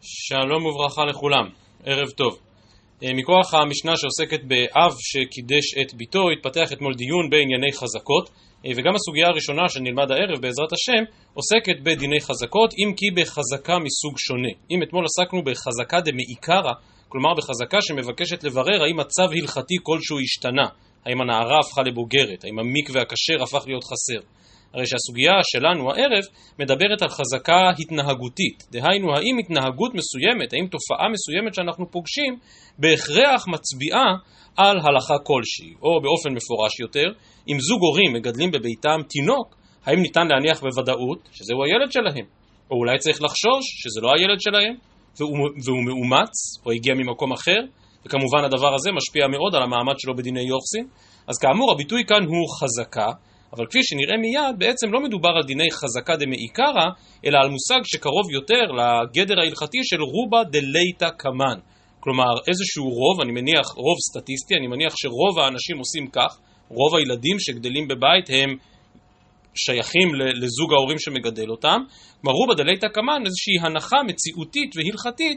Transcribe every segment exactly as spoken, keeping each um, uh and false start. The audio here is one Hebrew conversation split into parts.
שלום וברכה לכולם, ערב טוב. מכוח המשנה שעוסקת באב שקידש את ביתו, התפתח אתמול דיון בענייני חזקות, וגם הסוגיה הראשונה שנלמד הערב בעזרת השם עוסקת בדיני חזקות, אם כי בחזקה מסוג שונה. אם אתמול עסקנו בחזקה דמעיקרא, כלומר בחזקה שמבקשת לברר האם מצב הלכתי כלשהו השתנה, האם הנערה הפכה לבוגרת, האם המקווה הכשר הפך להיות חסר. הרי שהסוגיה שלנו הערב מדברת על חזקה התנהגותית, דהיינו האם התנהגות מסוימת, האם תופעה מסוימת שאנחנו פוגשים בהכרח מצביעה על הלכה כלשהי, או באופן מפורש יותר, אם זוג הורים מגדלים בביתם תינוק, האם ניתן להניח בוודאות שזהו הילד שלהם, או אולי צריך לחשוש שזה לא הילד שלהם, והוא, והוא מאומץ, או הגיע ממקום אחר, וכמובן הדבר הזה משפיע מאוד על המעמד שלו בדיני יוחסין. אז כאמור הביטוי כאן הוא חזקה, אבל כפי שנראה מיד, בעצם לא מדובר על דיני חזקה דמעיקרא, אלא על מושג שקרוב יותר לגדר ההלכתי של רובה דלייתא קמן. כלומר, איזשהו רוב, אני מניח רוב סטטיסטי, אני מניח שרוב האנשים עושים כך, רוב הילדים שגדלים בבית הם שייכים לזוג ההורים שמגדל אותם. כלומר, רובה דלייתא קמן, איזושהי הנחה מציאותית והלכתית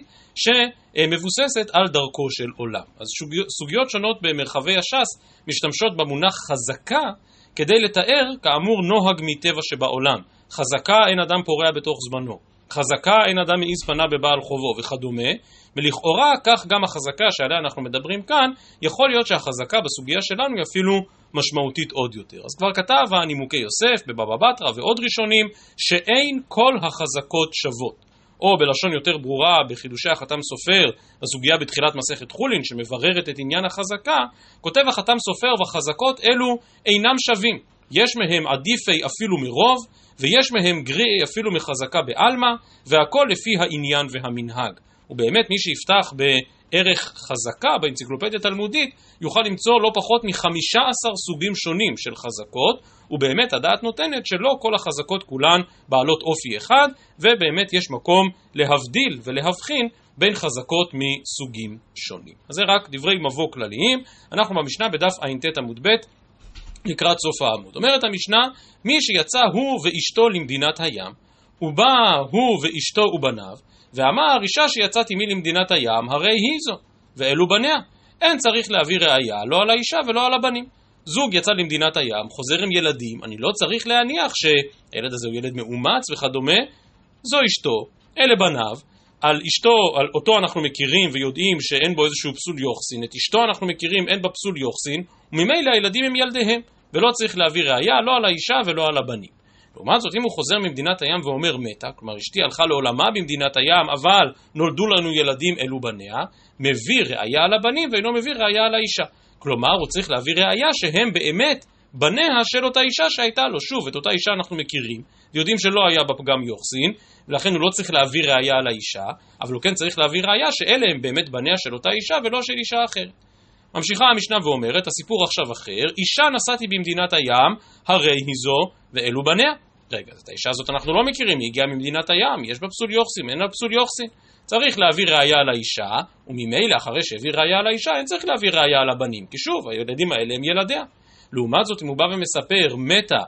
שמבוססת על דרכו של עולם. אז סוגיות שונות במרחבי הש"ס משתמשות במונח חזקה, כדי לתאר, כאמור, נוהג מטבע שבעולם. חזקה אין אדם פורע בתוך זמנו. חזקה אין אדם מאיז פנה בבעל חובו וכדומה. ולכאורה, כך גם החזקה שעליה אנחנו מדברים כאן, יכול להיות שהחזקה בסוגיה שלנו היא אפילו משמעותית עוד יותר. אז כבר כתב הנימוקי יוסף בבבא בתרא ועוד ראשונים, שאין כל החזקות שוות. או בלשון יותר ברורה, בחידושי החתם סופר, הסוגיה בתחילת מסכת חולין, שמבררת את עניין החזקה, כותב החתם סופר, וחזקות אלו אינם שווים. יש מהם עדיפי אפילו מרוב, ויש מהם גריעי אפילו מחזקה בעלמא, והכל לפי העניין והמנהג. ובאמת מי שיפתח בערך חזקה באנציקלופדיה תלמודית, יוכל למצוא לא פחות מ-חמישה עשר סוגים שונים של חזקות, ובאמת הדעת נותנת שלא כל החזקות כולן בעלות אופי אחד, ובאמת יש מקום להבדיל ולהבחין בין חזקות מסוגים שונים. אז זה רק דברי מבוא כלליים. אנחנו במשנה בדף ע"ט עמוד ב' לקראת סוף העמוד. אומרת המשנה, מי שיצא הוא ואשתו למדינת הים, ובא הוא ואשתו ובניו, ואמר אישה שיצאתי מי למדינת הים, הרי היא זו, ואלו בניה. אין צריך להביא ראיה, לא על האישה ולא על הבנים. זוג יצא למדינת הים, חוזר עם ילדים, אני לא צריך להניח שהילד הזה הוא ילד מאומץ וכדומה. זו אשתו, אלה בניו, על אשתו, על אותו אנחנו מכירים ויודעים שאין בו איזשהו פסול יוחסין, את אשתו אנחנו מכירים אין בה פסול יוחסין, וממילא הילדים הם ילדיהם, ולא צריך להביא ראיה, לא על האישה ולא על הבנים. לעומת זאת, אם הוא חוזר ממדינת הים ואומר מתה, כלומר אשתי הלכה לעולמה במדינת הים, אבל נולדו לנו ילדים אלו בניה, מביא ראיה על הבנים ואינו מביא ראיה על האישה. כלומר, הוא צריך להביא ראיה שהם באמת בניה של אותה אישה שהייתה לו. שוב, את אותה אישה אנחנו מכירים, ויודעים שלא היה בה פגם יוחסין, ולכן הוא לא צריך להביא ראיה על האישה, אבל הוא כן צריך להביא ראיה שאלה הם באמת בניה של אותה אישה ולא של אישה אחרת. ממשיכה המשנה ואומרת, הסיפור עכשיו אחר, אישה נסעתי במדינת הים, הרי היא זו ואלו בניה. רגע, את האישה הזאת אנחנו לא מכירים, היא הגיעה ממדינת הים, יש בה פסול יוחסין, אין לה פסול יוחסין. צריך להביא ראיה על האישה, וממילא אחרי שהביא ראיה על האישה, אין צריך להביא ראיה על הבנים, כי שוב, הילדים האלה הם ילדיה. לעומת זאת, אם הוא בא ומספר מתה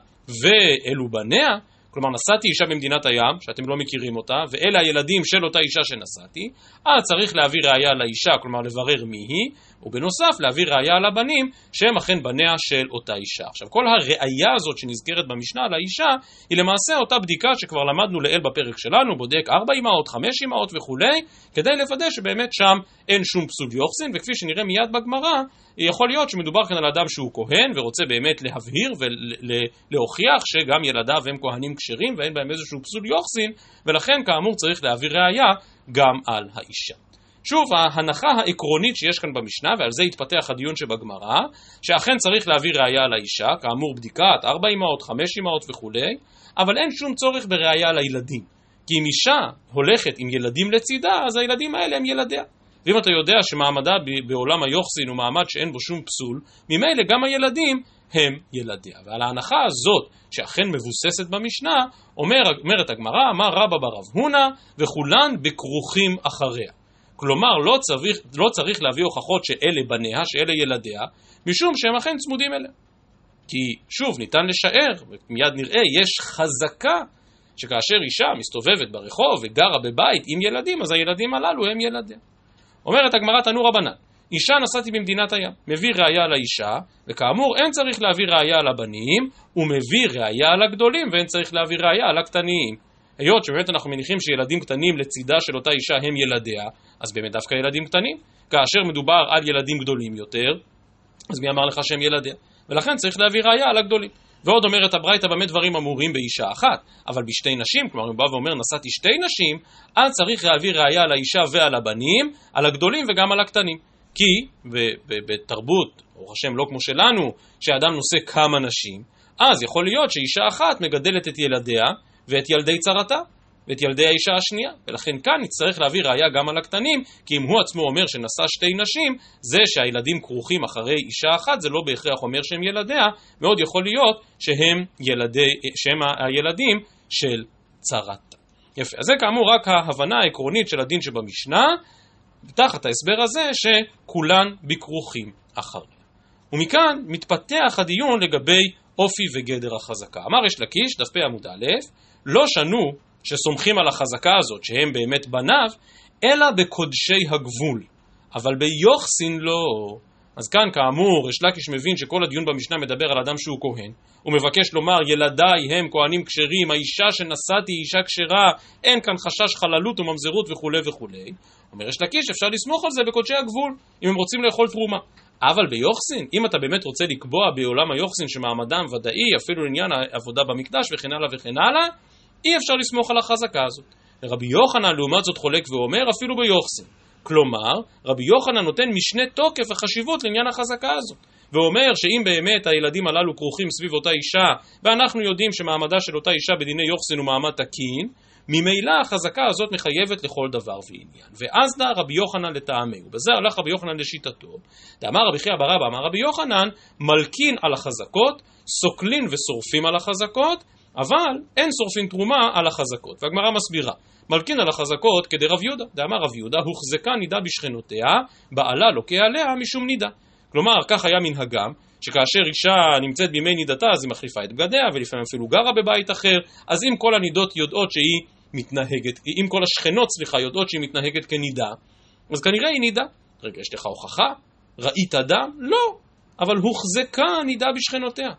ואלו בניה, כלומר נסעתי אישה במדינת הים, שאתם לא מכירים אותה, ואלה הילדים של אותה אישה שנסעתי, אז צריך להביא ראיה על האישה, כלומר לברר מי היא, ובנוסף להביא ראיה על הבנים, שהם אכן בניה של אותה אישה. עכשיו, כל הראיה הזאת שנזכרת במשנה על האישה, היא למעשה אותה בדיקה שכבר למדנו לאל בפרק שלנו, בודק ארבע אמהות, חמש אמהות וכולי, כדי לוודא שבאמת שם אין שום פסול יוחסין, וכפי שנראה מיד בגמרא, יכול להיות שמדובר כאן על אדם שהוא כהן, ורוצה באמת להבהיר ולהוכיח שגם ילדיו הם כהנים כשרים, ואין בהם איזשהו פסול יוחסין, ולכן כאמור צריך להביא ראיה גם על האישה. שוב, ההנחה העקרונית שיש כאן במשנה, ועל זה התפתח הדיון שבגמרא, שאכן צריך להביא ראיה על האישה, כאמור בדיקת ארבע אמהות, חמש אמהות וכולי, אבל אין שום צורך בראיה על הילדים. כי אם אישה הולכת עם ילדים לצידה, אז הילדים האלה הם ילדיה. ואם אתה יודע שמעמדה בעולם היוחסין הוא מעמד שאין בו שום פסול, ממילא גם הילדים הם ילדיה. ועל ההנחה הזאת, שאכן מבוססת במשנה, אומר, אומרת הגמרא, אמר רבא ברב הונא, וכולן בכרוכים אחריה. כלומר, לא צריך, לא צריך להביא הוכחות שאלה בניה, שאלה ילדיה, משום שהם אכן צמודים אליה. כי שוב, ניתן לשער, ומיד נראה, יש חזקה שכאשר אישה מסתובבת ברחוב וגרה בבית עם ילדים, אז הילדים הללו הם ילדיה. אומרת הגמרא תנו רבנן, אישה נסעתי במדינת הים, מביא ראיה לאישה, וכאמור אין צריך להביא ראיה על הבנים, ומביא ראיה על הגדולים, ואין צריך להביא ראיה על הקטנים. היות שבאמת אנחנו מניחים שילדים קטנים לצידה של אותה אישה הם ילדיה, אז באמת דווקא ילדים קטנים. כאשר מדובר על ילדים גדולים יותר, אז מי אמר לך שהם ילדיה? ולכן צריך להביא ראיה על הגדולים. ועוד אומרת הברייתא במה דברים אמורים באישה אחת, אבל בשתי נשים, כלומר הוא בא ואומר נסעתי שתי נשים, אז צריך להביא ראיה על האישה ועל הבנים, על הגדולים וגם על הקטנים. כי בתרבות, או השם לא כמו שלנו, כשאדם נושא כמה נשים, אז יכול להיות שאישה אחת מגדלת את ילדיה ואת ילדי צרתה, ואת ילדי האישה השנייה, ולכן כאן נצטרך להביא ראיה גם על הקטנים, כי אם הוא עצמו אומר שנשא שתי נשים, זה שהילדים כרוכים אחרי אישה אחת, זה לא בהכרח אומר שהם ילדיה, מאוד יכול להיות שהם, ילדי, שהם הילדים של צרתה. יפה, אז זה כאמור רק ההבנה העקרונית של הדין שבמשנה, תחת ההסבר הזה שכולן בכרוכים אחריה. ומכאן מתפתח הדיון לגבי אופי וגדר החזקה. אמר יש לקיש, דף פ' עמוד א', לא שנו שסומכים על החזקה הזאת שהם באמת בניו, אלא בקודשי הגבול, אבל ביוחסין לא. אז כאן כאמור יש לקיש מבין שכל הדיון במשנה מדבר על אדם שהוא כהן, הוא מבקש לומר ילדיי הם כהנים כשרים, האישה שנשאתי היא אישה כשרה, אין כאן חשש חללות וממזרות וכו' וכו'. אומר יש לקיש אפשר לסמוך על זה בקודשי הגבול אם הם רוצים לאכול תרומה. אבל ביוחסין, אם אתה באמת רוצה לקבוע בעולם היוחסין שמעמדם ודאי אפילו לעניין העבודה במקדש וכן הלאה וכן הלאה, אי אפשר לסמוך על החזקה הזאת. רבי יוחנן לעומת זאת חולק ואומר אפילו ביוחסין. כלומר, רבי יוחנן נותן משנה תוקף וחשיבות לעניין החזקה הזאת. ואומר שאם באמת הילדים הללו כרוכים סביב אותה אישה, ואנחנו יודעים שמעמדה של אותה אישה בדיני יוחסין הוא מעמד תקין, ממילא החזקה הזאת מחייבת לכל דבר ועניין. ואז דא רבי יוחנן לטעמהו, בזה הלך רבי יוחנן לשיטתו. דאמר רבי חייא בר אבא אמר רבי יוחנן, מלקין על החזקות, סוקלין ושורפים על החזקות, אבל אין שורפין תרומה על החזקות. והגמרא מסבירה, מלקין על החזקות כדי רב יהודה. דאמר רב יהודה, הוחזקה נידה בשכנותיה, בעלה לוקה עליה משום נידה. כלומר, כך היה מנהגם, שכאשר אישה נמצאת בימי נידתה, אז היא מחליפה את בגדיה, ולפעמים אפילו גרה בבית אחר, אז אם כל הנידות יודעות שהיא מתנהגת, אם כל השכנות, סליחה, יודעות שהיא מתנהגת כנידה, אז כנראה היא נידה. רגע, יש לך הוכחה? ראית אדם? לא. אבל הוחזקה נידה בשכנותיה.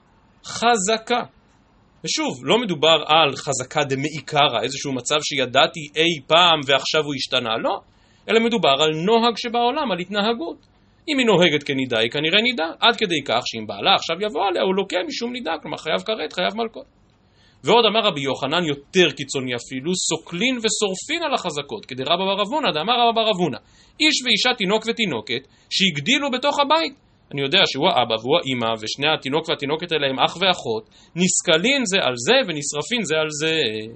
חזקה. ושוב, לא מדובר על חזקה דמעיקרא, איזשהו מצב שידעתי אי פעם ועכשיו הוא השתנה, לא. אלא מדובר על נוהג שבעולם, על התנהגות. אם היא נוהגת כנידה, היא כנראה נידה, עד כדי כך שאם בעלה עכשיו יבוא עליה, הוא לוקה משום נידה, כלומר חייב כרת, חייב מלכות. ועוד אמר רבי יוחנן יותר קיצוני אפילו, סוקלין ושורפין על החזקות, כדי רבא בר אבונה, דאמר רבא בר אבונה, איש ואישה תינוק ותינוקת, שהגדילו בתוך הבית. אני יודע שהוא האבא והוא האמא, ושני התינוק והתינוקת האלה הם אח ואחות, נסקלין זה על זה ונשרפין זה על זה.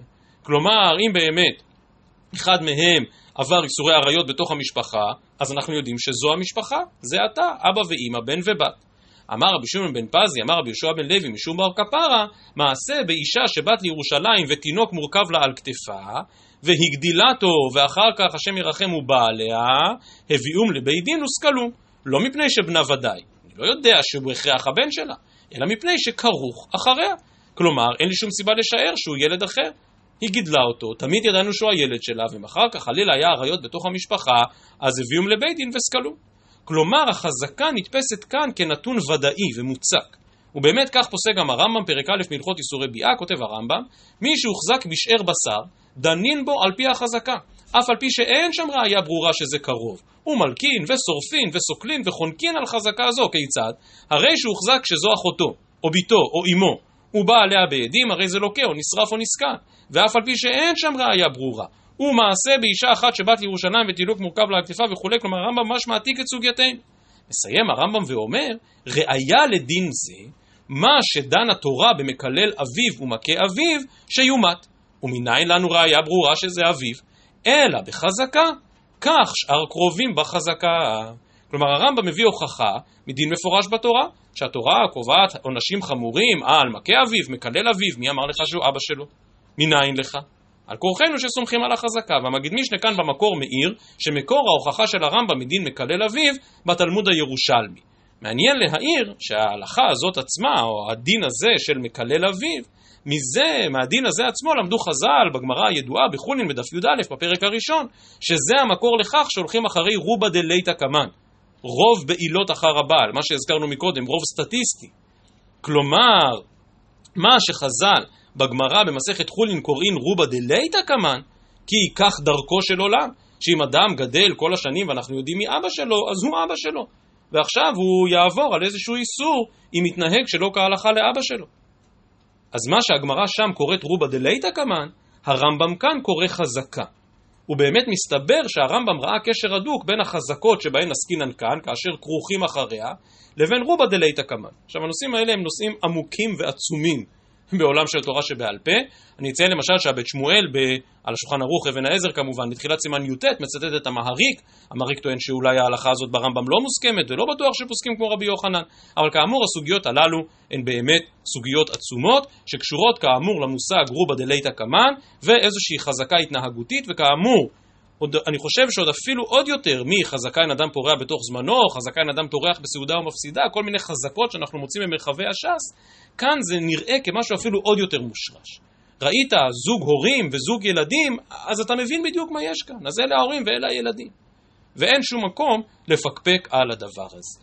כלומר, אם באמת אחד מהם עבר איסורי עריות בתוך המשפחה, אז אנחנו יודעים שזו המשפחה, זה אתה, אבא ואמא, בן ובת. אמר רבי שמעון בן פזי, אמר רבי יהושע בן לוי משום בר כפרה, מעשה באישה שבת לירושלים ותינוק מורכב לה על כתפה, והגדילתו ואחר כך השם ירחם הוא בעליה, הביאום לבית דין וסקלום. לא מפני שבנה ודאי, אני לא יודע שהוא הכרח הבן שלה, אלא מפני שכרוך אחריה. כלומר, אין לי שום סיבה לשער שהוא ילד אחר. היא גידלה אותו, תמיד ידענו שהוא הילד שלה, ומחר כך חלילה היה עריות בתוך המשפחה, אז הביאום לבית דין וסקלום. כלומר, החזקה נתפסת כאן כנתון ודאי ומוצק. ובאמת כך פוסק גם הרמב"ם, פרק א' מהלכות איסורי ביאה, כותב הרמב"ם, מי שהוחזק בשאר בשר, דנין בו על פי החזקה, אף על פי שאין שם ראיה ברורה שזה קרוב. הוא מלקין ושורפין וסוקלין וחונקין על חזקה זו, כיצד? הרי שהוחזק שזו אחותו, או ביתו, או אמו, הוא בא עליה בעדים, הרי זה לוקה, או נשרף או נסקל. ואף על פי שאין שם ראיה ברורה, הוא מעשה באישה אחת שבת לירושלים ותינוק מורכב לה הכתפה וכו', כלומר הרמב"ם ממש מעתיק את סוגייתנו. מסיים הרמב"ם ואומר, ראיה לדין זה, מה שדן התורה במקלל אביו ומכה אביו, שיומת. ומניין לנו ראיה ברורה שזה אביו, אלא בחזקה, כך שאר קרובים בחזקה. כלומר הרמב"ם מביא הוכחה מדין מפורש בתורה, שהתורה קובעת עונשים חמורים על מכה אביו, מקלל אביו, מי אמר לך שהוא אבא שלו? מניין לך? על כורחנו שסומכים על החזקה, והמגיד משנה כאן במקור מאיר, שמקור ההוכחה של הרמב"ם מדין מקלל אביו בתלמוד הירושלמי. מעניין להעיר שההלכה הזאת עצמה, או הדין הזה של מקלל אביו, מזה, מהדין הזה עצמו, למדו חז"ל בגמרא הידועה בחולין בדף י"א בפרק הראשון, שזה המקור לכך שהולכים אחרי רובה דלייתא קמן, רוב בעילות אחר הבעל, מה שהזכרנו מקודם, רוב סטטיסטי. כלומר, מה שחז"ל בגמרא במסכת חולין קוראים רובה דלייתא קמן, כי כך דרכו של עולם, שאם אדם גדל כל השנים ואנחנו יודעים מי אבא שלו, אז הוא אבא שלו, ועכשיו הוא יעבור על איזשהו איסור אם מתנהג שלא כהלכה לאבא שלו. אז מה שהגמרא שם קוראת רובה דלייתא קמן, הרמב"ם כאן קורא חזקה. ובאמת מסתבר שהרמב"ם ראה קשר הדוק בין החזקות שבהן עסקינן כאן, כאשר כרוכים אחריה, לבין רובה דלייתא קמן. עכשיו הנושאים האלה הם נושאים עמוקים ועצומים בעולם של תורה שבעל פה. אני אציין למשל שהבית שמואל ב... על השולחן ערוך אבן העזר כמובן, בתחילת סימן י"ט מצטט את המהריק. המהריק טוען שאולי ההלכה הזאת ברמב"ם לא מוסכמת ולא בטוח שפוסקים כמו רבי יוחנן, אבל כאמור הסוגיות הללו הן באמת סוגיות עצומות שקשורות כאמור למושג רובה דלייתא קמן ואיזושהי חזקה התנהגותית, וכאמור עוד, אני חושב שעוד אפילו עוד יותר מחזקה אין אדם פורח בתוך זמנו, חזקה אין אדם פורח בסעודה ומפסידה, כל מיני חזקות שאנחנו מוצאים במרחבי הש"ס, כאן זה נראה כמשהו אפילו עוד יותר מושרש. ראית זוג הורים וזוג ילדים, אז אתה מבין בדיוק מה יש כאן. אז אלה ההורים ואלה הילדים. ואין שום מקום לפקפק על הדבר הזה.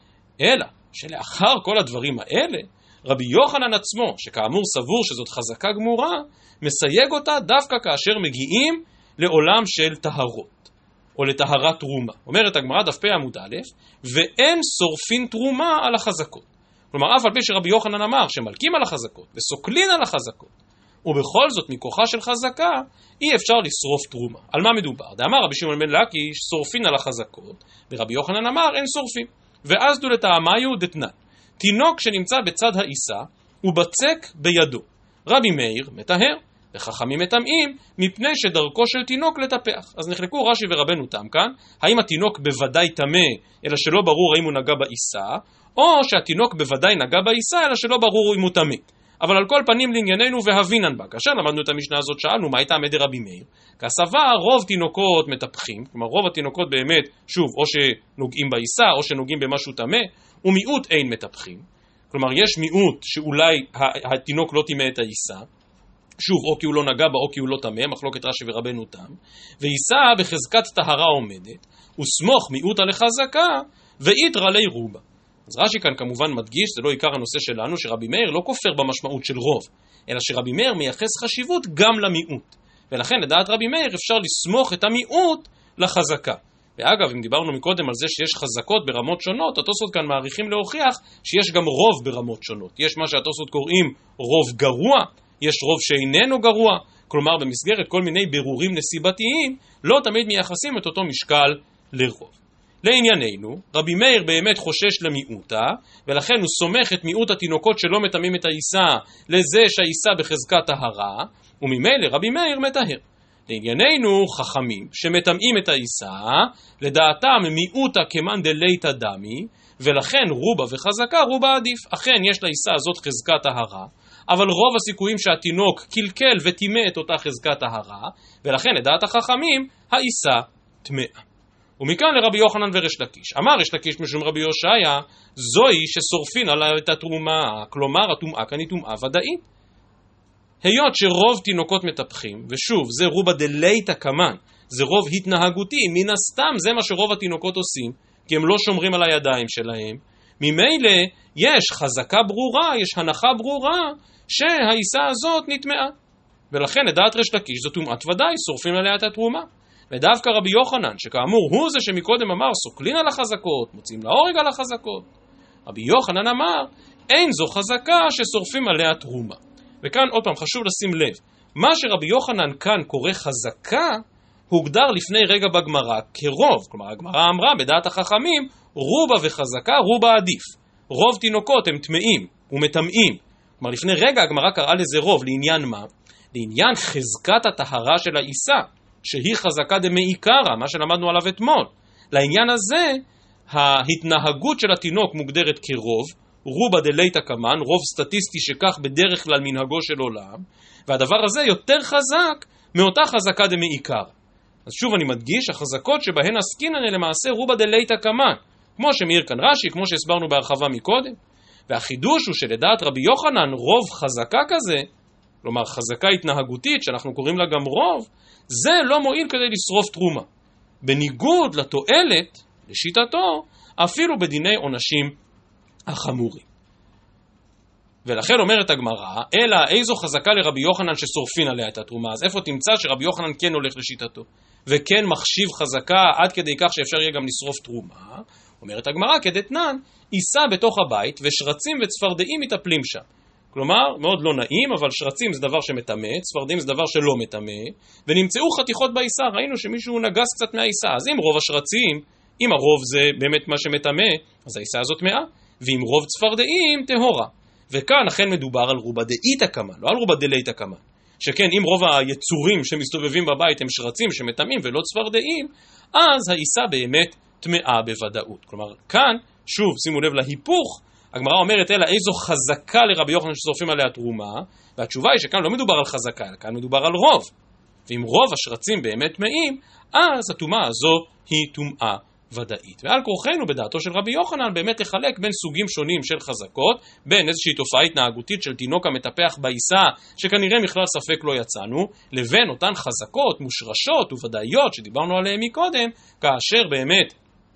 אלא שלאחר כל הדברים האלה, רבי יוחנן עצמו, שכאמור סבור שזאת חזקה גמורה, מסייג אותה דווקא כאשר מגיעים לעולם של טהרות, או לטהרת תרומה. אומרת הגמרא דף פ עמוד א', ואין שורפין תרומה על החזקות. כלומר, אף על פי שרבי יוחנן אמר שמלקים על החזקות וסוקלין על החזקות, ובכל זאת מכוחה של חזקה אי אפשר לשרוף תרומה. על מה מדובר? דאמר רבי שמעון בן לקיש שורפין על החזקות, ורבי יוחנן אמר אין שורפין. ואז דו לטעמיו דתנן, תינוק שנמצא בצד העיסה ובצק בידו, רבי מאיר מטהר וחכמים מטמאים מפני שדרכו של תינוק לטפח. אז נחלקו רש"י ורבנו תם כאן, האם התינוק בוודאי טמא אלא שלא ברור האם הוא נגע בעיסה, או שהתינוק בוודאי נגע בעיסה אלא שלא ברור אם הוא טמא. אבל על כל פנים לענייננו והבינן בה. כאשר למדנו את המשנה הזאת שאלנו מה הייתה עמד רבי מאיר, כסבר רוב תינוקות מטפחים, כלומר רוב התינוקות באמת שוב או שנוגעים בעיסה או שנוגעים במשהו טמא, ומיעוט אין מטפחים. כלומר יש מיעוט שאולי התינוק לא טימא את העיסה, שוב או כי הוא לא נגע בה או כי הוא לא טמא, מחלוקת רש"י ורבנו תם, ועיסה בחזקת טהרה עומדת, וסמוך מיעוטה לחזקה ואיתרא ליה רובה. אז רש"י כאן כמובן מדגיש, זה לא עיקר הנושא שלנו, שרבי מאיר לא כופר במשמעות של רוב, אלא שרבי מאיר מייחס חשיבות גם למיעוט. ולכן לדעת רבי מאיר אפשר לסמוך את המיעוט לחזקה. ואגב, אם דיברנו מקודם על זה שיש חזקות ברמות שונות, התוספות כאן מעריכים להוכיח שיש גם רוב ברמות שונות. יש מה שהתוספות קוראים רוב גרוע, יש רוב שאיננו גרוע, כלומר במסגרת כל מיני בירורים נסיבתיים, לא תמיד מייחסים את אותו משקל לרוב. לענייננו, רבי מאיר באמת חושש למיעוטה, ולכן הוא סומך את מיעוט התינוקות שלא מטמאים את העיסה לזה שהעיסה בחזקת טהרה, וממילא רבי מאיר מטהר. לענייננו, חכמים שמטמאים את העיסה, לדעתם מיעוטה כמאן דלייתא דמי, ולכן רובה וחזקה רובה עדיף. אכן יש לעיסה הזאת חזקת טהרה, אבל רוב הסיכויים שהתינוק קלקל וטימא את אותה חזקת טהרה, ולכן לדעת החכמים העיסה טמאה. ומכאן לרבי יוחנן וריש לקיש. אמר ריש לקיש משום רבי יושעיה, זוהי ששורפין עליה את התרומה, כלומר הטומאה כאן היא טומאה ודאית. היות שרוב תינוקות מטפחים, ושוב זה רובה דלייתא קמן, זה רוב התנהגותי, מן הסתם זה מה שרוב התינוקות עושים, כי הם לא שומרים על הידיים שלהם, ממילא יש חזקה ברורה, יש הנחה ברורה, שהעיסה הזאת נטמאה. ולכן לדעת ריש לקיש זו טומאת ודאי, שורפים עליה את התרומה. ודווקא רבי יוחנן, שכאמור הוא זה שמקודם אמר סוקלין על החזקות, מוצאים להורג על החזקות, רבי יוחנן אמר אין זו חזקה ששורפים עליה תרומה. וכאן עוד פעם חשוב לשים לב, מה שרבי יוחנן כאן קורא חזקה הוגדר לפני רגע בגמרא כרוב. כלומר הגמרא אמרה בדעת החכמים רובה וחזקה רובה עדיף, רוב תינוקות הם טמאים ומטמאים. כלומר לפני רגע הגמרא קראה לזה רוב. לעניין מה? לעניין חזקת הטהרה של העיסה, שהיא חזקה דמעיקרא, מה שלמדנו עליו אתמול. לעניין הזה ההתנהגות של התינוק מוגדרת כרוב, רובה דלייתא קמן, רוב סטטיסטי שכך בדרך כלל מנהגו של עולם, והדבר הזה יותר חזק מאותה חזקה דמעיקרא. אז שוב אני מדגיש, החזקות שבהן עסקינן הן למעשה רובה דלייתא קמן, כמו שמעיר כאן רש"י, כמו שהסברנו בהרחבה מקודם. והחידוש הוא שלדעת רבי יוחנן רוב חזקה כזה כלומר חזקה התנהגותית שאנחנו קוראים לה גם רוב, זה לא מועיל כדי לשרוף תרומה. בניגוד לתועלת, לשיטתו, אפילו בדיני עונשים החמורים. ולכן אומרת הגמרא, אלא איזו חזקה לרבי יוחנן ששורפין עליה את התרומה, אז איפה תמצא שרבי יוחנן כן הולך לשיטתו, וכן מחשיב חזקה עד כדי כך שאפשר יהיה גם לשרוף תרומה? אומרת הגמרא, כדתנן, יישא בתוך הבית ושרצים וצפרדעים מתאפלים שם. כלומר, מאוד לא נעים, אבל שרצים זה דבר שמטמא, צפרדעים זה דבר שלא מטמא, ונמצאו חתיכות בעיסה, ראינו שמישהו נגס קצת מהעיסה, אז אם רוב השרצים, אם הרוב זה באמת מה שמטמא, אז העיסה הזאת טמאה, ואם רוב צפרדעים, טהורה. וכאן אכן מדובר על רובה דאיתא קמן, לא על רובה דלייתא קמן. שכן אם רוב היצורים שמסתובבים בבית הם שרצים שמטמאים ולא צפרדעים, אז העיסה באמת טמאה בוודאות. כלומר, כאן, שוב, שימו לב להיפוך, הגמרא אומרת, אלא איזו חזקה לרבי יוחנן ששורפים עליה תרומה, והתשובה היא שכאן לא מדובר על חזקה, אלא כאן מדובר על רוב. ואם רוב השרצים באמת טמאים, אז הטומאה הזו היא טומאה ודאית. ועל כורחנו בדעתו של רבי יוחנן באמת לחלק בין סוגים שונים של חזקות, בין איזושהי תופעה התנהגותית של תינוק המטפח בעיסה, שכנראה מכלל ספק לא יצאנו, לבין אותן חזקות, מושרשות וודאיות שדיברנו עליהן מקודם, כאשר באמת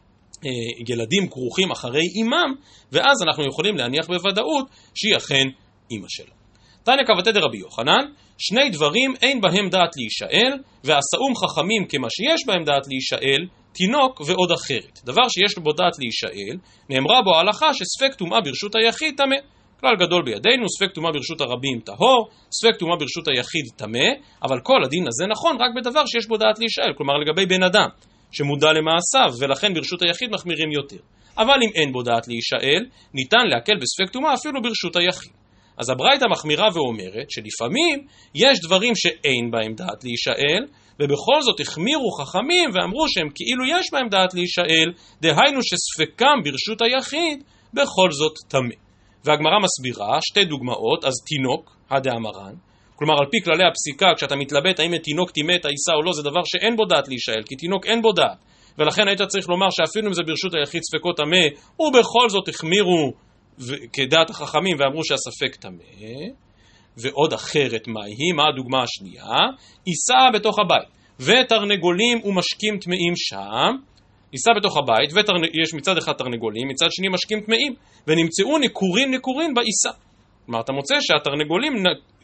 ילדים כרוכים אחרי אימם, ואז אנחנו יכולים להניח בוודאות שהיא אכן אימא שלו. תניא קבתי דרבי יוחנן, שני דברים אין בהם דעת להישאל, ועשאום חכמים כמה שיש בהם דעת להישאל, תינוק ועוד אחרת. דבר שיש בו דעת להישאל, נאמרה בו ההלכה שספק טומאה ברשות היחיד טמא. כלל גדול בידינו, ספק טומאה ברשות הרבים טהור, ספק טומאה ברשות היחיד טמא, אבל כל הדין הזה נכון רק בדבר שיש בו דעת להישאל, כלומר לגבי בן אדם שמודע למעשיו, ולכן ברשות היחיד מחמירים יותר. אבל אם אין בו דעת להישאל, ניתן להקל בספק טומאה אפילו ברשות היחיד. אז הברייתא מחמירה ואומרת שלפעמים יש דברים שאין בהם דעת להישאל, ובכל זאת החמירו חכמים ואמרו שהם כאילו יש בהם דעת להישאל, דהיינו שספקם ברשות היחיד בכל זאת טמא. והגמרא מסבירה שתי דוגמאות, אז תינוק, הדאמרן, כלומר על פי כללי הפסיקה, כשאתה מתלבט האם תינוק טימא את העיסה או לא, זה דבר שאין בו דעת להישאל, כי תינוק אין בו דעת, ולכן היית צריך לומר שאפילו אם זה ברשות היחיד ספקו טמא, ובכל זאת החמירו כדעת החכמים ואמרו שהספק טמא. ועוד אחרת מהי, מה הדוגמה השנייה? עיסה בתוך הבית ותרנגולים ומשקים טמאים שם, עיסה בתוך הבית ויש מצד אחד תרנגולים, מצד שני משקים טמאים, ונמצאו נקורים נקורים בעיסה. כלומר אתה מוצא שהתרנגולים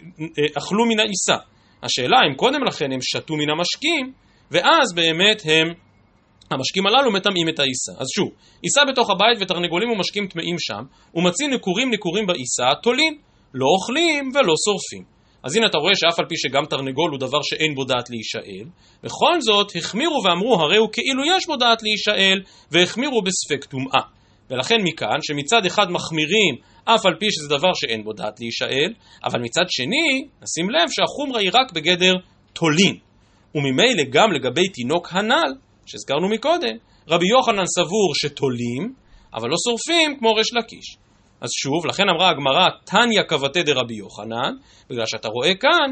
אכלו מן העיסה, השאלה אם קודם לכן הם שתו מן המשקים, ואז באמת הם המשקים הללו מטמאים את העיסה. אז שוב, עיסה בתוך הבית ותרנגולים ומשקים טמאים שם, ומצאים נקורים נקורים בעיסה, תולים, לא אוכלים ולא שורפים. אז הנה אתה רואה שאף על פי שגם תרנגול הוא דבר שאין בו דעת להישאל, בכל זאת החמירו ואמרו הרי הוא כאילו יש בו דעת להישאל, והחמירו בספק טומאה. ולכן מכאן שמצד אחד מחמירים אף על פי שזה דבר שאין בו דעת להישאל, אבל מצד שני נשים לב שהחומרה היא רק בגדר תולין. וממילא גם לגבי תינוק הנ"ל שהזכרנו מקודם, רבי יוחנן סבור שתולים, אבל לא שורפים כמו ריש לקיש. אז שוב, לכן אמרה הגמרא, תניא קבתי דרבי יוחנן, בגלל שאתה רואה כאן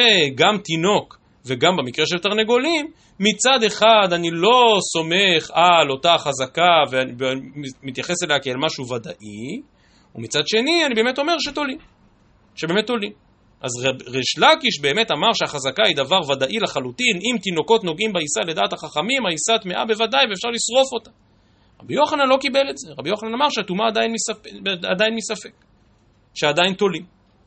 שגם תינוק וגם במקרה של תרנגולים, מצד אחד אני לא סומך על אותה חזקה ומתייחס אליה כאל משהו ודאי, ומצד שני אני באמת אומר שתולים, שבאמת תולים. אז ריש לקיש באמת אמר שהחזקה היא דבר ודאי לחלוטין, אם תינוקות נוגעים בעיסה לדעת החכמים, העיסה טמאה בוודאי ואפשר לשרוף אותה. רבי יוחנן לא קיבל את זה, רבי יוחנן אמר שהטומאה עדיין מספק, עדיין מספק, שעדיין תולים.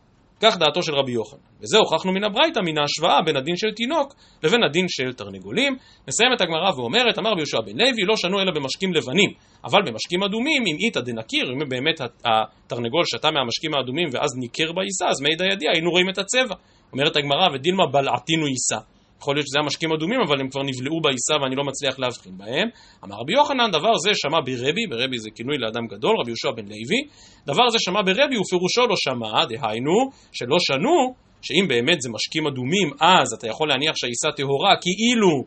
כך דעתו של רבי יוחנן. וזה הוכחנו מן הברייתא, מן ההשוואה בין הדין של תינוק לבין הדין של תרנגולים. מסיימת הגמרא ואומרת, אמר רבי יהושע בן לוי, לא שנו אלא במשקים לבנים, אבל במשקים אדומים, אם איתא דנקיר, אם באמת התרנגול שתה מהמשקים האדומים ואז ניקר בעיסה, אז מידע ידיע, היינו רואים את הצבע. אומרת הגמרא, ודילמה בלעתינו עיסה. יכול להיות שזה המשקים אדומים, אבל הם כבר נבלעו בעיסה ואני לא מצליח להבחין בהם. אמר רבי יוחנן, דבר זה שמע ברבי, ברבי זה כינוי לאדם גדול, רבי יהושע בן לוי, דבר זה שמע ברבי ופירושו לא שמע, דהיינו, שלא שנו, שאם באמת זה משקים אדומים, אז אתה יכול להניח שהעיסה טהורה, כאילו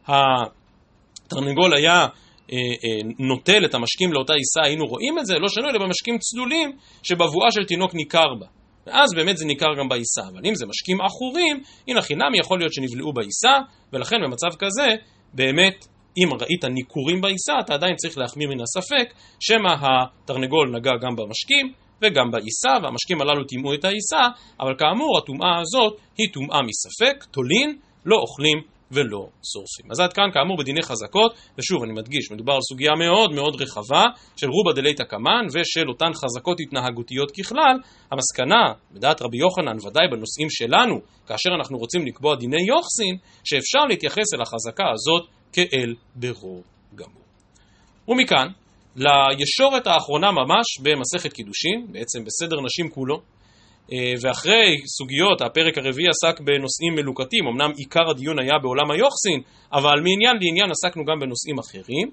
התרנגול היה אה, אה, נוטל את המשקים לאותה עיסה, היינו רואים את זה, לא שנו, אלא במשקים צלולים, שבבואה של תינוק ניכר בה. ואז באמת זה ניכר גם בעיסה, אבל אם זה משקים עכורים, הנה חינם יכול להיות שנבלעו בעיסה, ולכן במצב כזה, באמת, אם ראית ניכורים בעיסה, אתה עדיין צריך להחמיר מן הספק, שמא התרנגול נגע גם במשקים, וגם בעיסה, והמשקים הללו טימאו את העיסה, אבל כאמור הטומאה הזאת היא טומאה מספק, תולין, לא אוכלים ולא שורפים. אז עד כאן כאמור בדיני חזקות, ושוב אני מדגיש, מדובר על סוגיה מאוד מאוד רחבה של רובה דלית הקמן ושל אותן חזקות התנהגותיות ככלל. המסקנה בדעת רבי יוחנן ודאי בנושאים שלנו, כאשר אנחנו רוצים לקבוע דיני יוחסין, שאפשר להתייחס אל החזקה הזאת כאל ברור גמור. ומכאן לישורת האחרונה ממש במסכת קידושין, בעצם בסדר נשים כולו, ואחרי סוגיות, הפרק הרביעי עסק בנושאים מלוקטים, אמנם עיקר הדיון היה בעולם היוחסין, אבל מעניין לעניין עסקנו גם בנושאים אחרים,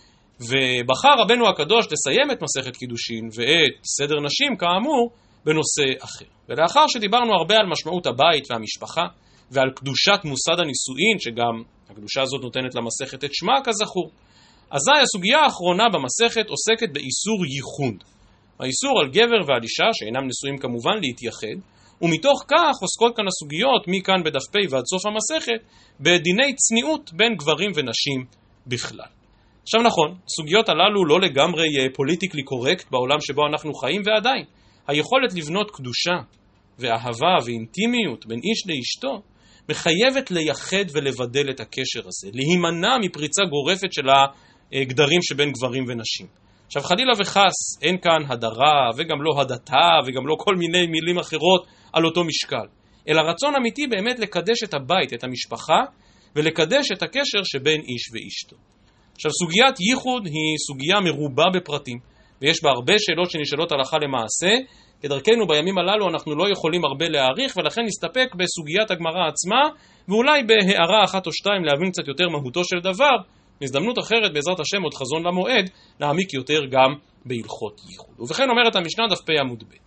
ובחר רבנו הקדוש לסיים את מסכת קידושין ואת סדר נשים כאמור בנושא אחר. ולאחר שדיברנו הרבה על משמעות הבית והמשפחה, ועל קדושת מוסד הנישואין, שגם הקדושה הזאת נותנת למסכת את שמה כזכור, אזי הסוגיה האחרונה במסכת עוסקת באיסור ייחוד. האיסור על גבר ועל אישה, שאינם נשואים כמובן, להתייחד, ומתוך כך עוסקות כאן הסוגיות, מכאן בדף פ' ועד סוף המסכת, בדיני צניעות בין גברים ונשים בכלל. עכשיו נכון, סוגיות הללו לא לגמרי פוליטיקלי קורקט בעולם שבו אנחנו חיים, ועדיין, היכולת לבנות קדושה ואהבה ואינטימיות בין איש לאשתו, מחייבת לייחד ולבדל את הקשר הזה, להימנע מפריצה גורפת של הגדרים שבין גברים ונשים. עכשיו חלילה וחס, אין כאן הדרה וגם לא הדתה וגם לא כל מיני מילים אחרות על אותו משקל, אלא רצון אמיתי באמת לקדש את הבית, את המשפחה, ולקדש את הקשר שבין איש ואשתו. עכשיו סוגיית ייחוד היא סוגיה מרובה בפרטים, ויש בה הרבה שאלות שנשאלות הלכה למעשה. כדרכנו בימים הללו אנחנו לא יכולים הרבה להעריך, ולכן נסתפק בסוגיית הגמרא עצמה, ואולי בהערה אחת או שתיים להבין קצת יותר מהותו של דבר. בהזדמנות אחרת בעזרת השם עוד חזון למועד נעמיק יותר גם בהלכות ייחוד. ובכן אומרת המשנה דף פ' עמוד ב',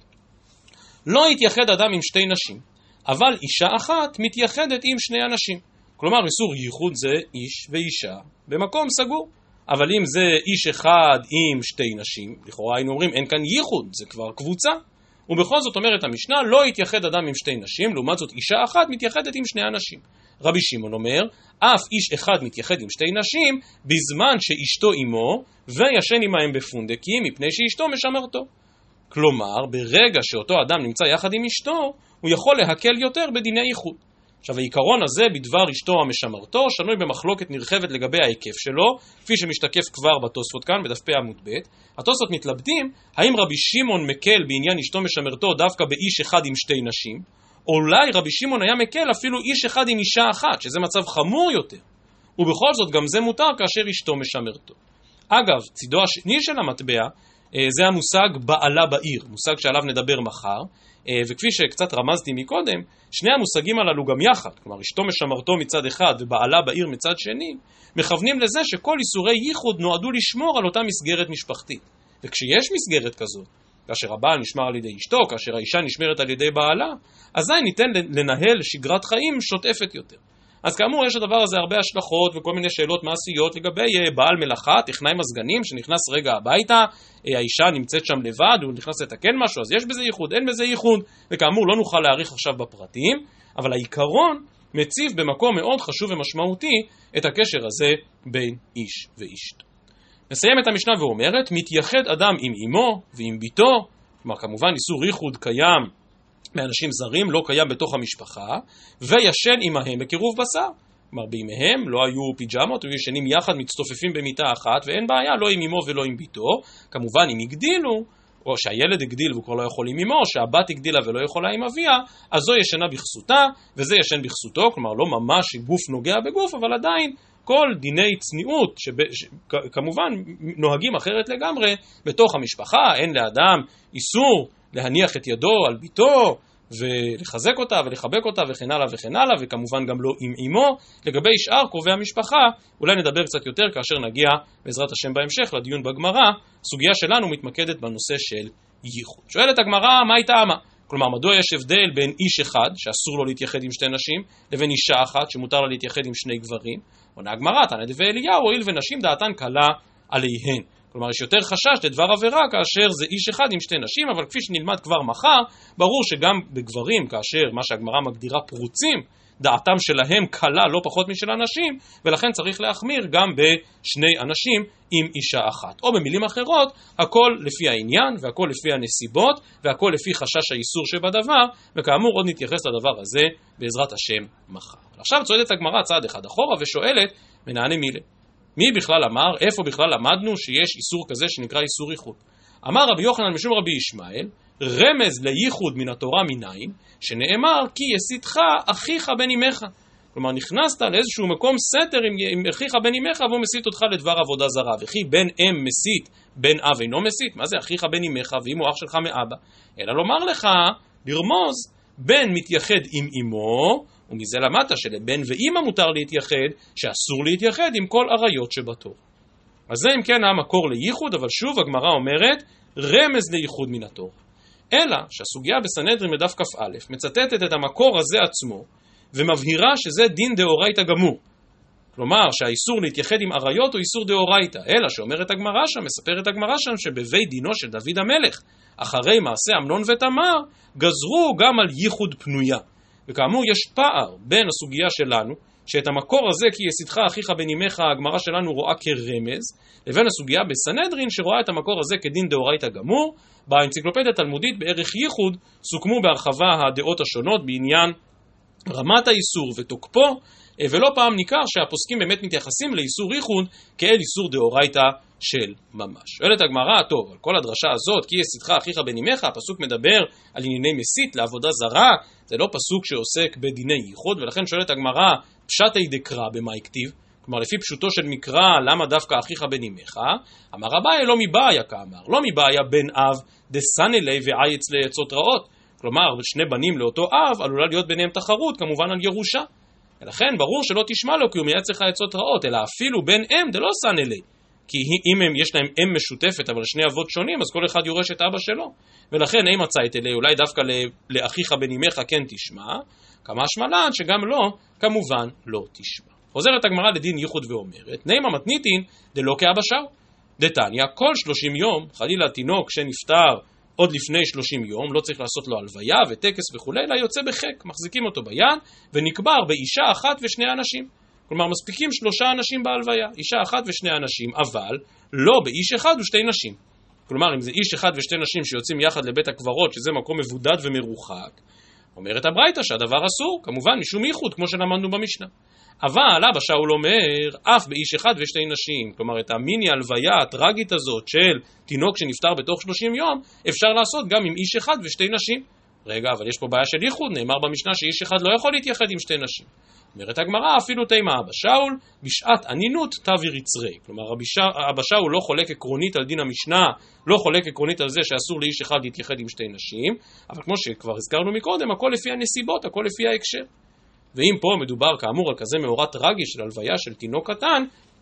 לא יתייחד אדם עם שתי נשים, אבל אישה אחת מתייחדת עם שני אנשים. כלומר איסור ייחוד זה איש ואישה במקום סגור, אבל אם זה איש אחד עם שתי נשים, לכאורה היינו אומרים אין כאן ייחוד, זה כבר קבוצה. ובכל זאת אומרת המשנה, לא יתייחד אדם עם שתי נשים, לעומת זאת אישה אחת מתייחדת עם שני אנשים. רבי שמעון אומר, אף איש אחד מתייחד עם שתי נשים, בזמן שאשתו עמו, וישן עמהם בפונדקים, מפני שאשתו משמרתו. כלומר, ברגע שאותו אדם נמצא יחד עם אשתו, הוא יכול להקל יותר בדיני ייחוד. עכשיו העיקרון הזה בדבר אשתו המשמרתו, שנוי במחלוקת נרחבת לגבי ההיקף שלו, כפי שמשתקף כבר בתוספות כאן בדף פ' עמוד ב'. התוספות מתלבטים, האם רבי שמעון מקל בעניין אשתו משמרתו דווקא באיש אחד עם שתי נשים, או אולי רבי שמעון היה מקל אפילו איש אחד עם אישה אחת, שזה מצב חמור יותר. ובכל זאת גם זה מותר כאשר אשתו משמרתו. אגב, צידו השני של המטבע, זה המושג בעלה בעיר, מושג שעליו נדבר מחר, וכפי שקצת רמזתי מקודם, שני המושגים הללו גם יחד, כלומר אשתו משמרתו מצד אחד ובעלה בעיר מצד שני, מכוונים לזה שכל איסורי ייחוד נועדו לשמור על אותה מסגרת משפחתית. וכשיש מסגרת כזאת, כאשר הבעל נשמר על ידי אשתו, כאשר האישה נשמרת על ידי בעלה, אזי ניתן לנהל שגרת חיים שוטפת יותר. אז כאמור יש לדבר הזה הרבה השלכות וכל מיני שאלות מעשיות לגבי בעל מלאכה, טכנאי מזגנים שנכנס רגע הביתה, האישה נמצאת שם לבד, הוא נכנס לתקן משהו, אז יש בזה ייחוד, אין בזה ייחוד, וכאמור לא נוכל להאריך עכשיו בפרטים, אבל העיקרון מציב במקום מאוד חשוב ומשמעותי את הקשר הזה בין איש ואשתו. נסיים את המשנה ואומרת, מתייחד אדם עם אמו ועם ביתו, כלומר כמובן איסור ייחוד קיים מאנשים זרים, לא קיים בתוך המשפחה, וישן עמהם בקירוב בשר. כלומר בימיהם לא היו פיג'מות, היו ישנים יחד מצטופפים במיטה אחת, ואין בעיה לא עם אמו ולא עם ביתו. כמובן אם הגדילו, או שהילד הגדיל והוא כבר לא יכול עם אמו, שהבת הגדילה ולא יכולה עם אביה, אז זו ישנה בכסותה, וזה ישן בכסותו, כלומר לא ממש גוף נוגע בגוף, אבל עדיין כל דיני צניעות, שכמובן נוהגים אחרת לגמרי, בתוך המשפחה, אין לאדם איסור להניח את ידו על ביתו, ולחזק אותה ולחבק אותה וכן הלאה וכן הלאה, וכמובן גם לא עם אמו. לגבי שאר קרובי המשפחה, אולי נדבר קצת יותר כאשר נגיע בעזרת השם בהמשך לדיון בגמרא. הסוגיה שלנו מתמקדת בנושא של ייחוד. שואלת הגמרא, מה היא טעמה? כלומר, מדוע יש הבדל בין איש אחד, שאסור לו להתייחד עם שתי נשים, לבין אישה אחת, שמותר לה להתייחד עם שני גברים? עונה הגמרא, תנא דבי אליהו, הואיל ונשים דעתן קלה עליהן. כלומר, יש יותר חשש לדבר עבירה כאשר זה איש אחד עם שתי נשים, אבל כפי שנלמד כבר מחר, ברור שגם בגברים, כאשר מה שהגמרא מגדירה פרוצים, דעתם שלהם קלה לא פחות משל אנשים, ולכן צריך להחמיר גם בשני אנשים עם אישה אחת. או במילים אחרות, הכל לפי העניין, והכל לפי הנסיבות, והכל לפי חשש האיסור שבדבר, וכאמור עוד נתייחס לדבר הזה בעזרת השם מחר. עכשיו צועדת הגמרא צעד אחד אחורה ושואלת, מנעני מילה. מי בכלל אמר, איפה בכלל למדנו שיש איסור כזה שנקרא איסור ייחוד? אמר רבי יוחנן משום רבי ישמעאל, רמז לייחוד מן התורה מניין, שנאמר כי יסיתך אחיך בן אמך. כלומר נכנסת לאיזשהו מקום סתר עם, עם אחיך בן אמך והוא מסית אותך לדבר עבודה זרה. וכי בן אם מסית, בן אב אינו מסית? מה זה אחיך בן אמך ואם הוא אח שלך מאבא? אלא לומר לך, לרמוז, בן מתייחד עם אמו, ומזה למדת שלבן ואמא מותר להתייחד, שאסור להתייחד עם כל עריות שבתור. אז זה אם כן המקור לייחוד, אבל שוב הגמרא אומרת, רמז לייחוד מן התורה. אלא שהסוגיה בסנהדרין בדף כ"א מצטטת את המקור הזה עצמו, ומבהירה שזה דין דאורייתא גמור. כלומר שהאיסור להתייחד עם עריות הוא איסור דאורייתא, אלא שאומרת הגמרא שם, מספרת הגמרא שם שבבית דינו של דוד המלך, אחרי מעשה אמנון ותמר, גזרו גם על ייחוד פנויה. וכאמור יש פער בין הסוגיה שלנו, שאת המקור הזה כי יסיתך אחיך בן אמך הגמרא שלנו רואה כרמז, לבין הסוגיה בסנהדרין שרואה את המקור הזה כדין דאורייתא גמור. באנציקלופדיה התלמודית בערך ייחוד סוכמו בהרחבה הדעות השונות בעניין רמת האיסור ותוקפו, ולא פעם ניכר שהפוסקים באמת מתייחסים לאיסור ייחוד כאל איסור דאורייתא של ממש. שואלת הגמרא, טוב, על כל הדרשה הזאת, כי יסיתך אחיך בן אמך, הפסוק מדבר על ענייני מסית לעבודה זרה, זה לא פסוק שעוסק בדיני ייחוד, ולכן שואלת הגמרא, פשטי דקרא במה הכתיב? כלומר, לפי פשוטו של מקרא, למה דווקא אחיך בן אמך? אמר אביי, לא מבעיה כאמר, לא מבעיה בן אב דסני לי ועייץ לעצות רעות. כלומר, שני בנים לאותו אב עלולה להיות ביניהם תחרות, כמובן על ירושה. ולכן ברור שלא תשמע לו כי הוא מייעץ לך עצות רעות, אלא אפילו בן אם דלא סני לי. כי אם הם, יש להם אם משותפת, אבל שני אבות שונים, אז כל אחד יורש את אבא שלו. ולכן אם מצאת אלי, אולי דווקא לאחיך בן אמך כן תשמע, כמה שמלן שגם לא, כמובן לא תשמע. חוזרת הגמרא לדין ייחוד ואומרת, נעימה מתניתין דלא כאבא שאול. דתניא, כל שלושים יום, חלילה תינוק שנפטר עוד לפני שלושים יום, לא צריך לעשות לו הלוויה וטקס וכו', אלא יוצא בחק, מחזיקים אותו ביד, ונקבר באישה אחת ושני אנשים. כלומר, מספיקים שלושה אנשים בהלוויה, אישה אחת ושני אנשים, אבל לא באיש אחד ושתי נשים. כלומר, אם זה איש אחד ושתי נשים שיוצאים יחד לבית הקברות, שזה מקום מבודד ומרוחק, אומרת הברייתא שהדבר אסור, כמובן משום ייחוד, כמו שלמדנו במשנה. אבל אבא שאול אומר, אף באיש אחד ושתי נשים, כלומר את המיני הלוויה הטרגית הזאת של תינוק שנפטר בתוך שלושים יום, אפשר לעשות גם עם איש אחד ושתי נשים. רגע, אבל יש פה בעיה של ייחוד, נאמר במשנה שאיש אחד לא יכול להתייחד עם שתי נשים. אומרת הגמרא, אפילו תימה אבא שאול, בשעת ענינות תעביר יצרי. כלומר, אבא שאול לא חולק עקרונית על דין המשנה, לא חולק עקרונית על זה שאסור לאיש אחד להתייחד עם שתי נשים, אבל כמו שכבר הזכרנו מקודם, הכל לפי הנסיבות, הכל לפי ההקשר. ואם פה מדובר כאמור על כזה מאורע טרגי של הלוויה של תינוק קטן,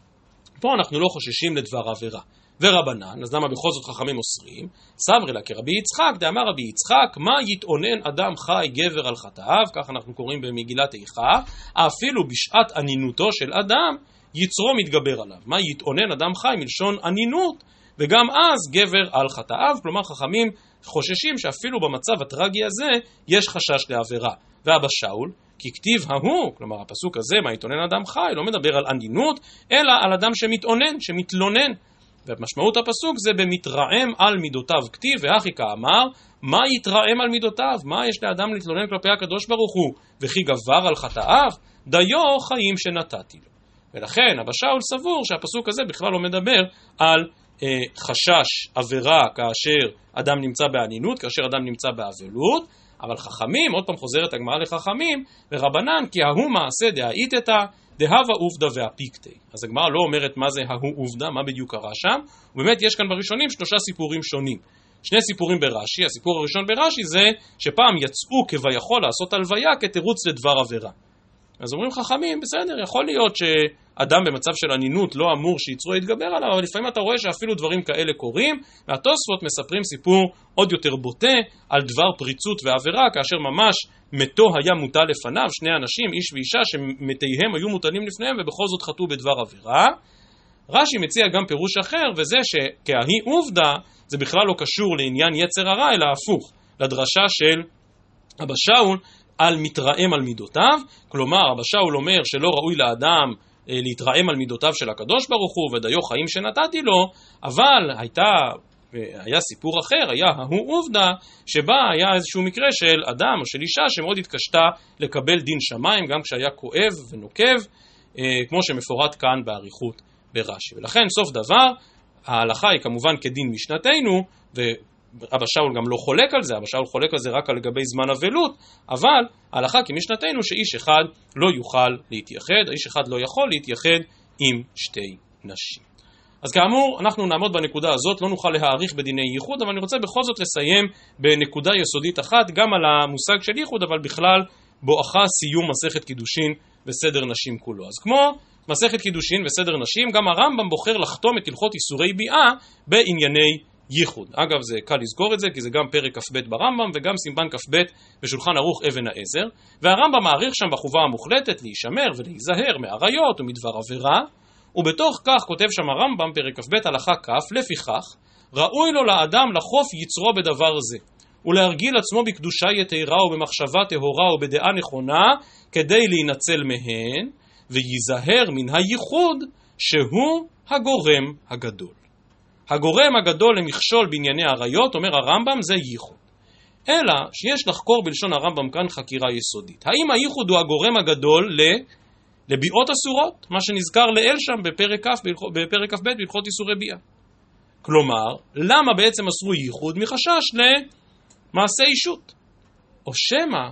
פה אנחנו לא חוששים לדבר עבירה. ורבנן, אז למה בכל זאת חכמים אוסרים? סברי לה כרבי יצחק, דאמר רבי יצחק, מה יתאונן אדם חי גבר על חטאיו, כך אנחנו קוראים במגילת איכה, אפילו בשעת ענינותו של אדם, יצרו מתגבר עליו. מה יתאונן אדם חי מלשון ענינות, וגם אז גבר על חטאיו, כלומר חכמים חוששים שאפילו במצב הטרגי הזה יש חשש לעבירה. ואבא שאול, כי כתיב ההוא, כלומר הפסוק הזה, מה יתאונן אדם חי, לא מדבר על ענינות, אלא על אדם שמתאונן, שמתלונן. ומשמעות הפסוק זה במתרעם על מידותיו כתיב, והכי כאמר, מה יתרעם על מידותיו? מה יש לאדם להתלונן כלפי הקדוש ברוך הוא? וכי גבר על חטאיו? דיו חיים שנתתי לו. ולכן אבא שאול סבור שהפסוק הזה בכלל לא מדבר על אה, חשש עבירה כאשר אדם נמצא בענינות, כאשר אדם נמצא באבלות, אבל חכמים, עוד פעם חוזרת הגמרא לחכמים, ורבנן כי ההוא מעשה דהאיתתא דהווה עובדא והפיקטי. אז הגמרא לא אומרת מה זה ההוא עובדא, מה בדיוק קרה שם, ובאמת יש כאן בראשונים שלושה סיפורים שונים. שני סיפורים ברש"י, הסיפור הראשון ברש"י זה שפעם יצאו כביכול לעשות הלוויה כתירוץ לדבר עבירה. אז אומרים חכמים, בסדר, יכול להיות שאדם במצב של ענינות לא אמור שיצרו להתגבר עליו, אבל לפעמים אתה רואה שאפילו דברים כאלה קורים, והתוספות מספרים סיפור עוד יותר בוטה על דבר פריצות ועבירה, כאשר ממש מתו היה מוטל לפניו, שני אנשים, איש ואישה, שמתיהם היו מוטלים לפניהם ובכל זאת חטאו בדבר עבירה. רש"י מציע גם פירוש אחר, וזה שכההיא עובדא, זה בכלל לא קשור לעניין יצר הרע, אלא הפוך, לדרשה של אבא שאול, על מתרעם על מידותיו, כלומר רבא שאול אומר שלא ראוי לאדם להתרעם על מידותיו של הקדוש ברוך הוא ודיו חיים שנתתי לו, אבל הייתה, היה סיפור אחר, היה ההוא עובדה, שבה היה איזשהו מקרה של אדם או של אישה שמאוד התקשתה לקבל דין שמיים גם כשהיה כואב ונוקב, כמו שמפורט כאן באריכות ברש"י. ולכן סוף דבר, ההלכה היא כמובן כדין משנתנו, ואבא שאול גם לא חולק על זה, אבא שאול חולק על זה רק על לגבי זמן אבלות, אבל ההלכה כמשנתנו שאיש אחד לא יוכל להתייחד, האיש אחד לא יכול להתייחד עם שתי נשים. אז כאמור, אנחנו נעמוד בנקודה הזאת, לא נוכל להאריך בדיני ייחוד, אבל אני רוצה בכל זאת לסיים בנקודה יסודית אחת, גם על המושג של ייחוד, אבל בכלל בואכה סיום מסכת קידושין וסדר נשים כולו. אז כמו מסכת קידושין וסדר נשים, גם הרמב"ם בוחר לחתום את הלכות איסורי ביאה בענייני ייחוד. אגב, זה קל לזכור את זה, כי זה גם פרק כ"ב ברמב"ם וגם סימן כ"ב בשולחן ערוך אבן העזר, והרמב"ם מעריך שם בחובה המוחלטת להישמר ולהיזהר מעריות ומדבר עבירה, ובתוך כך כותב שם הרמב"ם פרק כ"ב הלכה כ', לפיכך ראוי לו לאדם לחוף יצרו בדבר זה, ולהרגיל עצמו בקדושה יתרה ובמחשבה טהורה ובדעה נכונה, כדי להינצל מהן, וייזהר מן הייחוד שהוא הגורם הגדול. הגורם הגדול למכשול בענייני עריות, אומר הרמב"ם, זה ייחוד. אלא שיש לחקור בלשון הרמב"ם כאן חקירה יסודית. האם הייחוד הוא הגורם הגדול לביאות אסורות? מה שנזכר לאל שם בפרק כ' בפרק כ"ב בהלכות איסורי ביאה. כלומר, למה בעצם אסרו ייחוד? מחשש למעשה אישות. או שמא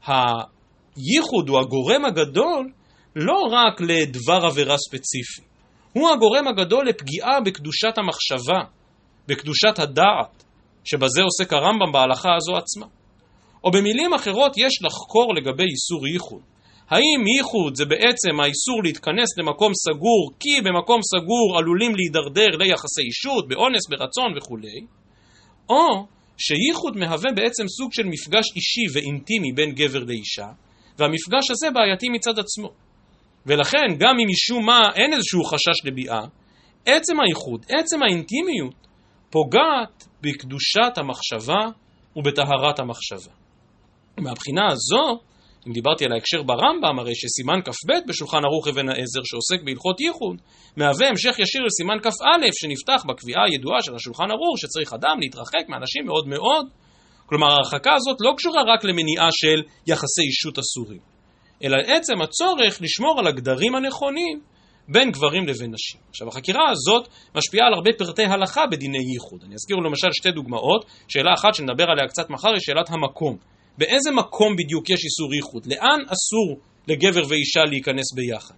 הייחוד הוא הגורם הגדול לא רק לדבר עבירה ספציפי, הוא הגורם הגדול לפגיעה בקדושת המחשבה, בקדושת הדעת, שבזה עוסק הרמב"ם בהלכה הזו עצמה. או במילים אחרות יש לחקור לגבי איסור ייחוד. האם ייחוד זה בעצם האיסור להתכנס למקום סגור, כי במקום סגור עלולים להידרדר ליחסי אישות, באונס, ברצון וכו', או שייחוד מהווה בעצם סוג של מפגש אישי ואינטימי בין גבר לאישה, והמפגש הזה בעייתי מצד עצמו. ולכן גם אם משום מה אין איזשהו חשש לביאה, עצם הייחוד, עצם האינטימיות, פוגעת בקדושת המחשבה ובטהרת המחשבה. מהבחינה הזו, אם דיברתי על ההקשר ברמב"ם, הרי שסימן כ"ב בשולחן ערוך אבן העזר שעוסק בהלכות ייחוד, מהווה המשך ישיר לסימן כ"א שנפתח בקביעה הידועה של השולחן ערוך שצריך אדם להתרחק מאנשים מאוד מאוד. כלומר, ההרחקה הזאת לא קשורה רק למניעה של יחסי אישות אסורים, אלא עצם הצורך לשמור על הגדרים הנכונים בין גברים לבין נשים. עכשיו, החקירה הזאת משפיעה על הרבה פרטי הלכה בדיני ייחוד. אני אזכיר למשל שתי דוגמאות. שאלה אחת שנדבר עליה קצת מחר היא שאלת המקום. באיזה מקום בדיוק יש איסור ייחוד? לאן אסור לגבר ואישה להיכנס ביחד?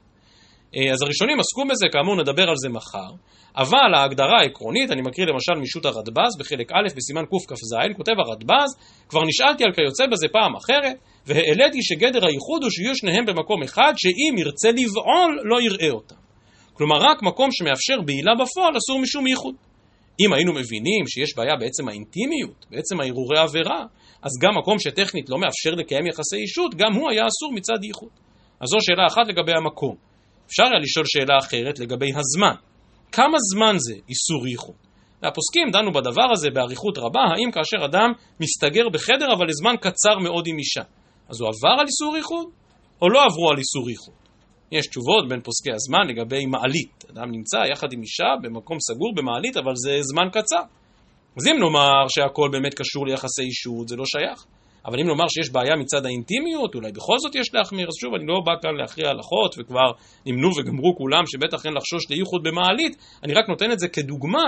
אז הראשונים עסקו בזה, כאמור נדבר על זה מחר, אבל ההגדרה העקרונית, אני מקריא למשל משו"ת הרדב"ז בחלק א' בסימן קכ"ז, כותב הרדב"ז, כבר נשאלתי על כיוצא בזה פעם אחרת, והעליתי שגדר הייחוד הוא שיהיו שניהם במקום אחד, שאם ירצה לבעול לא יראה אותם. כלומר, רק מקום שמאפשר בעילה בפועל אסור משום ייחוד. אם היינו מבינים שיש בעיה בעצם האינטימיות, בעצם ההרהורי עבירה, אז גם מקום שטכנית לא מאפשר לקיים יחסי אישות, גם הוא היה אסור מצד ייחוד. אז זו שאלה אחת לגבי המקום. אפשר היה לשאול שאלה אחרת לגבי הזמן. כמה זמן זה איסור ייחוד? והפוסקים דנו בדבר הזה באריכות רבה, האם כאשר אדם מסתגר בחדר אבל לזמן קצר מאוד עם אישה, אז הוא עבר על איסור ייחוד או לא עברו על איסור ייחוד? יש תשובות בין פוסקי הזמן לגבי מעלית. אדם נמצא יחד עם אישה במקום סגור במעלית, אבל זה זמן קצר. אז אם נאמר שהכל באמת קשור ליחסי אישות, זה לא שייך. אבל אם נאמר שיש בעיה מצד האינטימיות, אולי בכל זאת יש להחמיר. אז שוב, אני לא בא כאן להכריע הלכות, וכבר נמנו וגמרו כולם שבטח אין לחשוש לייחוד במעלית. אני רק נותן את זה כדוגמה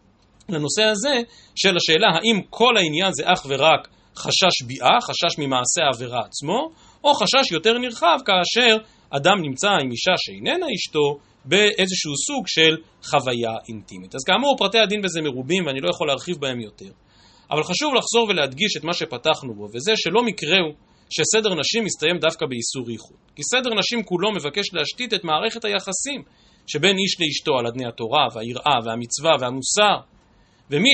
לנושא הזה של השאלה האם כל העניין זה אך ורק חשש ביאה, חשש ממעשה העבירה עצמו, או חשש יותר נרחב כאשר אדם נמצא עם אישה שאיננה אשתו באיזשהו סוג של חוויה אינטימית. אז כאמור, פרטי הדין בזה מרובים ואני לא יכול להרחיב בהם יותר. אבל חשוב לחזור ולהדגיש את מה שפתחנו בו, וזה שלא מקרה הוא שסדר נשים מסתיים דווקא באיסור ייחוד. כי סדר נשים כולו מבקש להשתית את מערכת היחסים שבין איש לאשתו על אדני התורה והיראה והמצווה והמוסר. ומי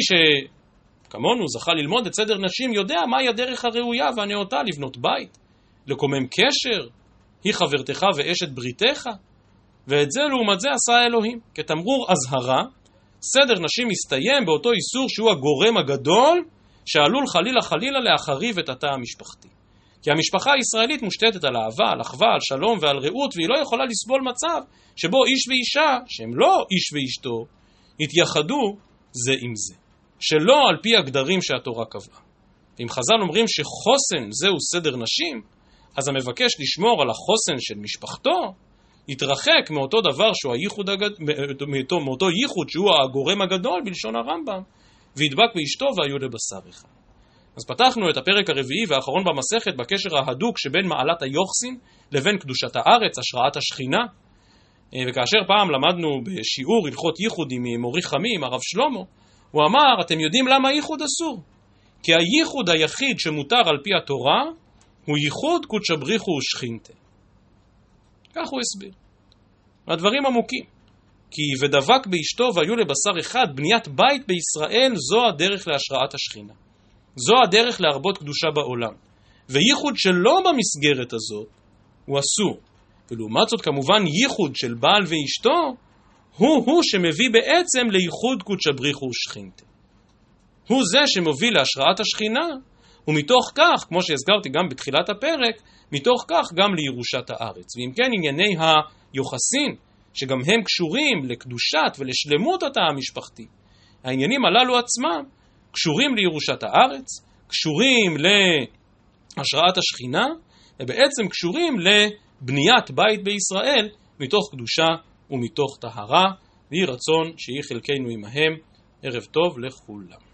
שכמונו זכה ללמוד את סדר נשים יודע מהי הדרך הראויה והנאותה לבנות בית, לקומם קשר, היא חברתך ואשת בריתך, ואת זה לעומת זה עשה אלוהים. כתמרור אזהרה, סדר נשים מסתיים באותו איסור שהוא הגורם הגדול שעלול חלילה חלילה להחריב את התא המשפחתי. כי המשפחה הישראלית מושתתת על אהבה, על אחווה, על שלום ועל רעות, והיא לא יכולה לסבול מצב שבו איש ואישה, שהם לא איש ואשתו, התייחדו זה עם זה, שלא על פי הגדרים שהתורה קבעה. ואם חז"ל אומרים שחוסן זהו סדר נשים, אז המבקש לשמור על החוסן של משפחתו, יתרחק מאותו דבר שהוא הייחוד הגד... מאותו, מאותו ייחוד שהוא הגורם הגדול בלשון הרמב"ם, וידבק באשתו והיו לבשר אחד. אז פתחנו את הפרק הרביעי והאחרון במסכת בקשר ההדוק שבין מעלת היוחסין לבין קדושת הארץ, השראת השכינה. וכאשר פעם למדנו בשיעור הלכות ייחוד עם מורי חמים, הרב שלמה, הוא אמר, אתם יודעים למה ייחוד אסור? כי הייחוד היחיד שמותר על פי התורה הוא ייחוד קודשא בריחו ושכינתה. כך הוא הסביר. הדברים עמוקים. כי ודבק באשתו והיו לבשר אחד, בניית בית בישראל זו הדרך להשראת השכינה. זו הדרך להרבות קדושה בעולם. וייחוד שלא במסגרת הזאת הוא אסור. ולעומת זאת כמובן ייחוד של בעל ואשתו הוא-הוא שמביא בעצם לייחוד קודשא בריחו ושכינתה. הוא זה שמוביל להשראת השכינה, ומתוך כך, כמו שהזכרתי גם בתחילת הפרק, מתוך כך גם לירושת הארץ. ואם כן ענייני היוחסין, שגם הם קשורים לקדושת ולשלמות התא המשפחתי, העניינים הללו עצמם קשורים לירושת הארץ, קשורים להשראת השכינה, ובעצם קשורים לבניית בית בישראל מתוך קדושה ומתוך טהרה, ויהי רצון שיהי חלקנו עמהם. ערב טוב לכולם.